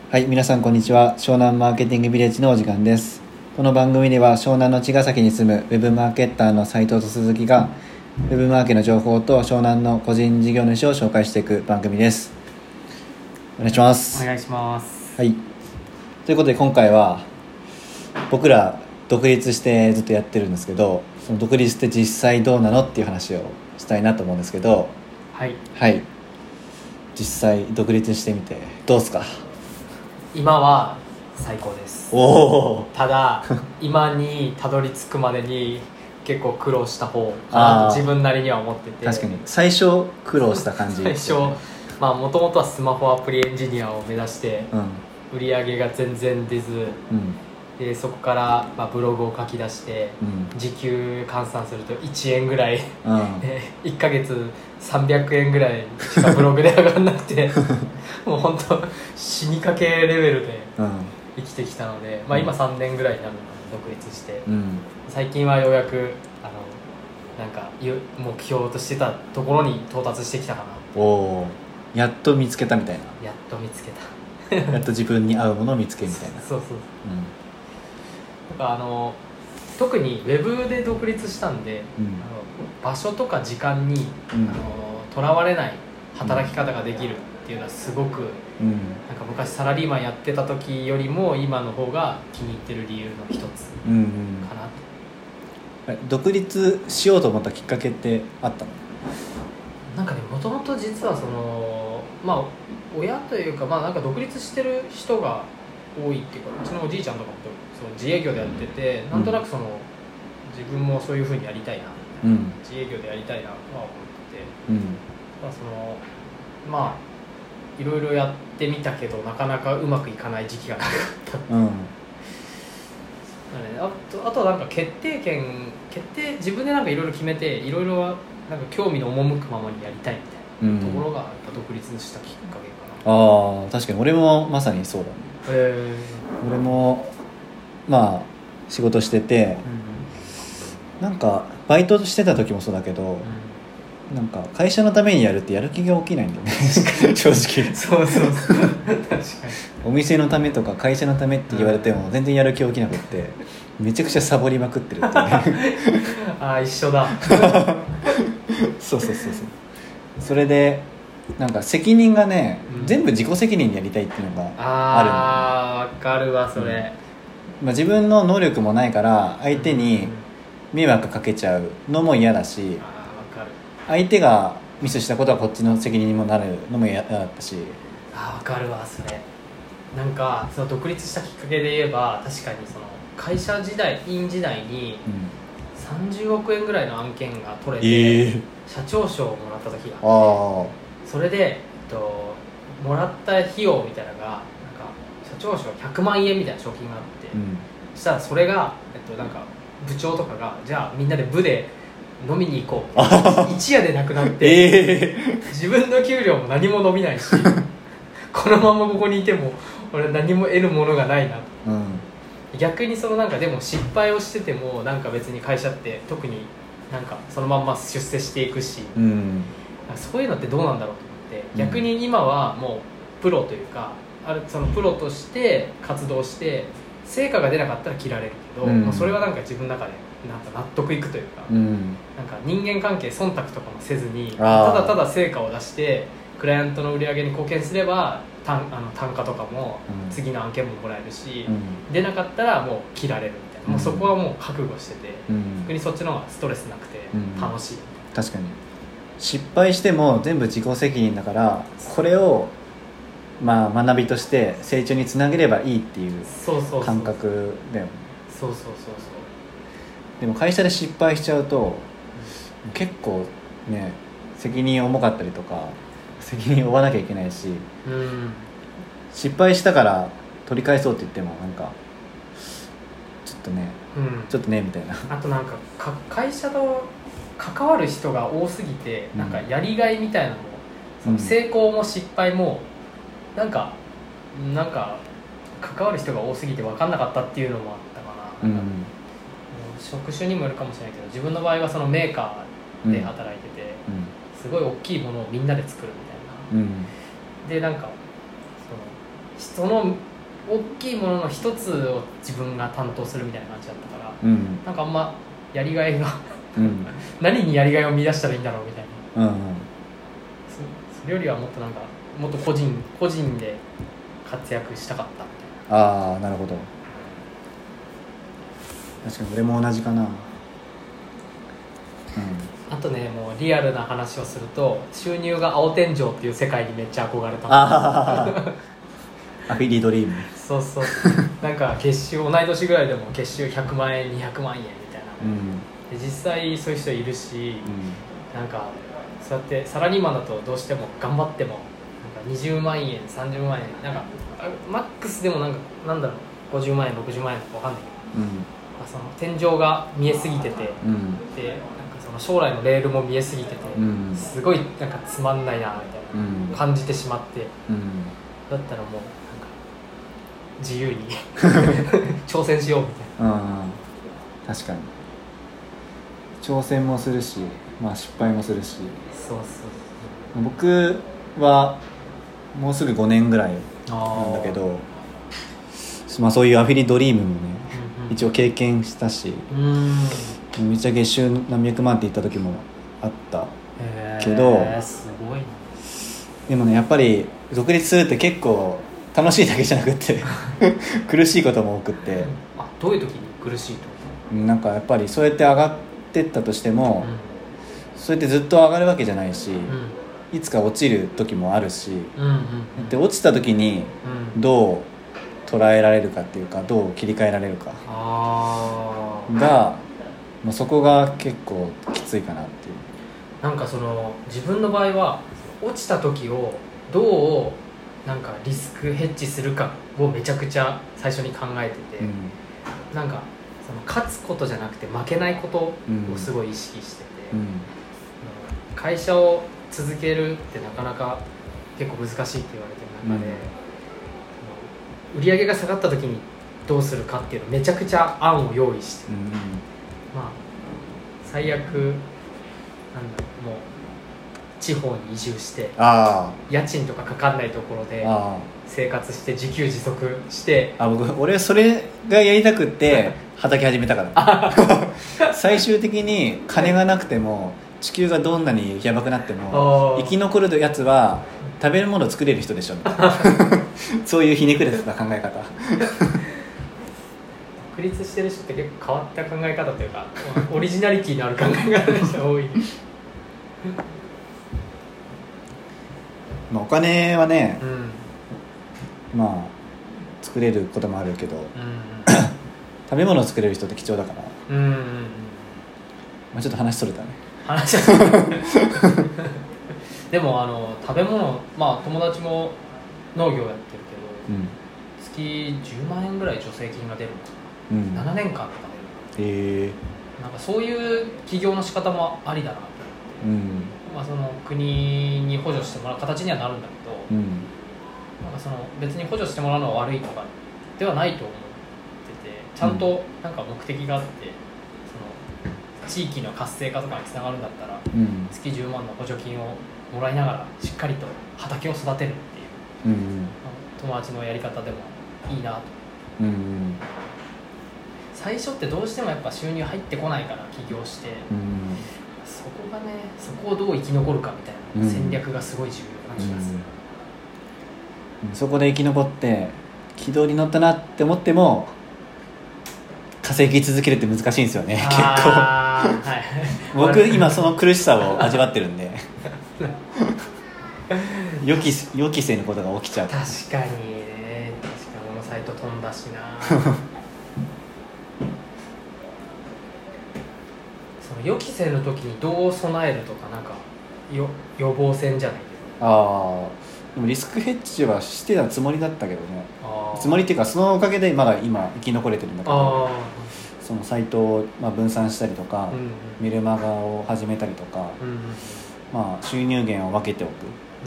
はい、皆さんこんにちは。湘南マーケティングビレッジのお時間です。この番組では湘南の茅ヶ崎に住むウェブマーケッターの斉藤と鈴木がウェブマーケの情報と湘南の個人事業主を紹介していく番組です。お願いします。 お願いします。 はい。ということで今回は僕ら独立してずっとやってるんですけど、その独立って実際どうなのっていう話をしたいなと思うんですけど、 はい。 はい。実際独立してみてどうですか？ 今は最高です。 おー。 ただ今にたどり着くまでに結構苦労した方かなと自分なりには思ってて。 確かに最初苦労した感じ。 最初もともとはスマホアプリエンジニアを目指して、売り上げが全然出ず、でそこから、ブログを書き出して、時給換算すると1円ぐらい、1ヶ月300円ぐらいしかブログで上がらなくてもう本当死にかけレベルで生きてきたので、今3年ぐらいになるので独立して、最近はようやくなんか目標としてたところに到達してきたかな。 おー、やっと見つけたみたいな。 やっと見つけたやっと自分に合うものを見つけるみたいな。 そう、なんか特にウェブで独立したんで、場所とか時間にとらわれない働き方ができるっていうのはすごく、なんか昔サラリーマンやってた時よりも今の方が気に入ってる理由の一つかなと。 独立しようと思ったきっかけってあったの？ なんかね、もともと実は親というか、なんか独立してる人が多いっていうか、うちのおじいちゃんとかもその自営業でやってて、なんとなく自分もそういう風にやりたいな、自営業でやりたいなとは思ってて、いろいろやってみたけどなかなかうまくいかない時期がなかった、あとはなんか自分でなんかいろいろ決めて、いろいろなんか興味の赴くままにやりたいみたいなところがやっぱ独立したきっかけかな。 確かに俺もまさにそうだね。俺も仕事してて、なんかバイトしてた時もそうだけど、なんか会社のためにやるってやる気が起きないんだよね正直。そう確かにお店のためとか会社のためって言われても全然やる気起きなくって、めちゃくちゃサボりまくってるっていうね一緒だそうそれでなんか責任がね、全部自己責任でやりたいっていうのがあるの。分かるわそれ、 自分の能力もないから相手に迷惑かけちゃうのも嫌だし、 分かる。 相手がミスしたことはこっちの責任にもなるのも嫌だったし。 分かるわそれ。なんかその独立したきっかけで言えば、確かにその会社時代院時代に30億円ぐらいの案件が取れて、社長賞をもらった時があって、それで、もらった費用みたいなのがなんか社長賞100万円みたいな賞金があって、そしたらそれが、なんか部長とかがじゃあみんなで部で飲みに行こう一夜でなくなって、自分の給料も何も伸びないしこのままここにいても俺何も得るものがないなと、逆になんかでも失敗をしててもなんか別に会社って特になんかそのまんま出世していくし、そういうのってどうなんだろうと思って、逆に今はもうプロというかそのプロとして活動して成果が出なかったら切られるけど、もうそれはなんか自分の中でなんか納得いくというか、なんか人間関係忖度とかもせずにただただ成果を出してクライアントの売り上げに貢献すれば単価とかも次の案件ももらえるし、出なかったらもう切られるみたいな、もうそこはもう覚悟してて、逆にそっちの方がストレスなくて楽しい。 確かに失敗しても全部自己責任だから、これを学びとして成長につなげればいいっていう感覚だよね。 そうでも会社で失敗しちゃうと結構ね、責任重かったりとか責任を負わなきゃいけないし、失敗したから取り返そうって言ってもなんかちょっとねみたいな。 あとなんか会社と関わる人が多すぎて、なんかやりがいみたいなのも、その成功も失敗もなんか関わる人が多すぎて分かんなかったっていうのもあったかな。職種にもよるかもしれないけど、自分の場合はそのメーカーで働いてて、すごい大きいものをみんなで作るみたいな、でなんかそのその大きいものの一つを自分が担当するみたいな感じだったから、なんかあんまやりがいが何にやりがいを見出したらいいんだろうみたいな、それよりはもっとなんかもっと個人で活躍したかったみたいな。 ああ、なるほど。確かに俺も同じかな。 あとね、もうリアルな話をすると、収入が青天井っていう世界にめっちゃ憧れた。 アフィリドリーム。 そうなんか月収同い年ぐらいでも月収100万円200万円みたいな、で実際そういう人いるし、なんかそうやってサラリーマンだとどうしても頑張ってもなんか20万円30万円なんかマックスでもなんだろう50万円60万円とかわかんないけど、その天井が見えすぎてて、でなんかその将来のレールも見えすぎてて、すごいなんかつまんないなみたいな、感じてしまって、だったらもうなんか自由に挑戦しようみたいな。 確かに挑戦もするし、まあ、失敗もするし。 そう僕はもうすぐ5年ぐらいなんだけど、まあ、そういうアフィリドリームもね、一応経験したし、めっちゃ月収何百万って言った時もあったけど、 すごいな。 でもね、やっぱり独立するって結構楽しいだけじゃなくて苦しいことも多くって。 どういう時に苦しいと？ なんかやっぱりそうやって上がってったとしても、そうやってずっと上がるわけじゃないし、いつか落ちる時もあるし、で落ちた時にどう捉えられるかっていうか、どう切り替えられるかが、まあ、そこが結構きついかなっていう。 なんかその自分の場合は落ちた時をどうなんかリスクヘッジするかをめちゃくちゃ最初に考えてて、なんかその勝つことじゃなくて負けないことをすごい意識してて、会社を続けるってなかなか結構難しいって言われてる中で、売り上げが下がった時にどうするかっていうのめちゃくちゃ案を用意して、まあ最悪なんだろう、もう地方に移住して家賃とかかかんないところで生活して自給自足して、 俺それがやりたくって畑始めたから最終的に金がなくても地球がどんなにやばくなっても生き残るやつは食べるものを作れる人でしょみたいなそういうひねくれた考え方独立してる人って結構変わった考え方というかオリジナリティのある考え方の人が多いお金はね、まあ作れることもあるけど、食べ物を作れる人って貴重だから、まあ、ちょっと話それたね。 でも食べ物、まあ友達も農業やってるけど、月10万円ぐらい助成金が出るのかな、7年間とか出る、なんかそういう起業の仕方もありだなと思って、まあ、その国に補助してもらう形にはなるんだけど、なんかその別に補助してもらうのは悪いとかではないと思ってて、ちゃんとなんか目的があって、その地域の活性化とかにつながるんだったら、月10万の補助金をもらいながらしっかりと畑を育てるっていう、友達のやり方でもいいなと、最初ってどうしてもやっぱ収入入ってこないから起業して、そこがね、そこをどう生き残るかみたいな戦略がすごい重要な気がする、 そこで生き残って軌道に乗ったなって思っても稼ぎ続けるって難しいんですよね結構、僕今その苦しさを味わってるんで予期せぬことが起きちゃう。 確かにね、確かにこのサイト飛んだしなその予期せぬ時にどう備えるとか、なんか予防線じゃないけど、 でもリスクヘッジはしてたつもりだったけどね、つもりっていうかそのおかげでまだ今生き残れてるんだけど、そのサイトをまあ分散したりとか、メルマガを始めたりとか、まあ、収入源を分けておく、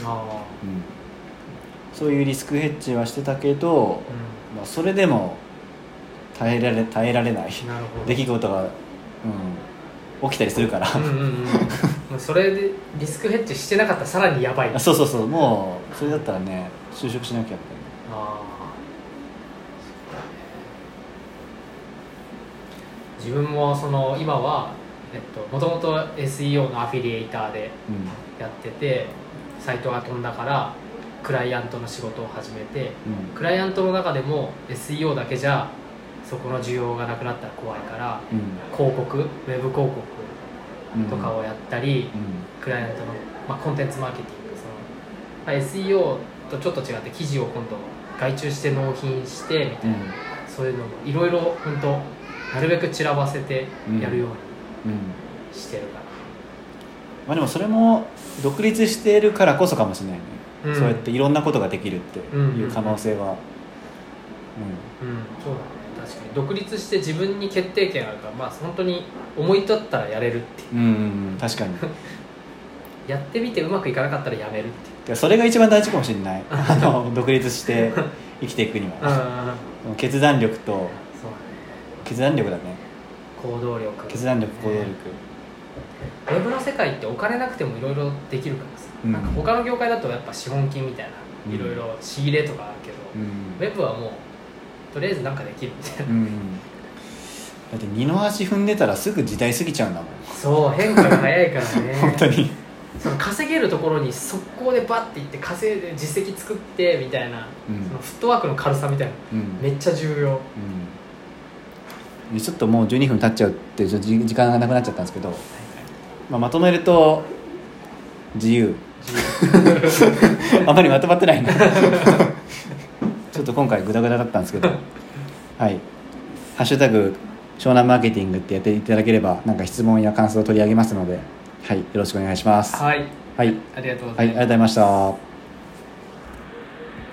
そういうリスクヘッジはしてたけど、まあ、それでも耐えられない出来事が、起きたりするからそれでリスクヘッジしてなかったらさらにやばい。 そうもうそれだったらね就職しなきゃみたい自分も今はもともと SEO のアフィリエイターでやってて、サイトが飛んだからクライアントの仕事を始めて、クライアントの中でも SEO だけじゃそこの需要がなくなったら怖いから、広告、ウェブ広告とかをやったり、クライアントの、コンテンツマーケティング、SEO とちょっと違って記事を今度外注して納品してみたいな、そういうのもいろいろ本当なるべく散らばせてやるようにしてるから、 でもそれも独立しているからこそかもしれないね、そうやっていろんなことができるっていう可能性は、 そうだね。確かに独立して自分に決定権あるから、本当に思い立ったらやれるっていう、 確かにやってみてうまくいかなかったらやめるっていう、 それが一番大事かもしれない独立して生きていくには決断力と、そうだね、決断力だね、 行動力、 決断力、行動力、 ウェブの世界ってお金なくてもいろいろできるからさ、なんか他の業界だとやっぱ資本金みたいないろいろ仕入れとかあるけど、ウェブはもうとりあえずなんかできるみたいな、 だって二の足踏んでたらすぐ時代過ぎちゃうんだもん。 そう、変化が早いからね本当にその稼げるところに速攻でバッていって稼いで実績作ってみたいな、そのフットワークの軽さみたいな、めっちゃ重要、ちょっともう12分経っちゃうって時間がなくなっちゃったんですけど、まとめると自由あまりまとまってないなちょっと今回グダグダだったんですけど、はい、ハッシュタグ湘南マーケティングってやっていただければ、なんか質問や感想を取り上げますので、はい、よろしくお願いします。 はい、 はい、 ありがとうございます。 はい、ありがとうございました。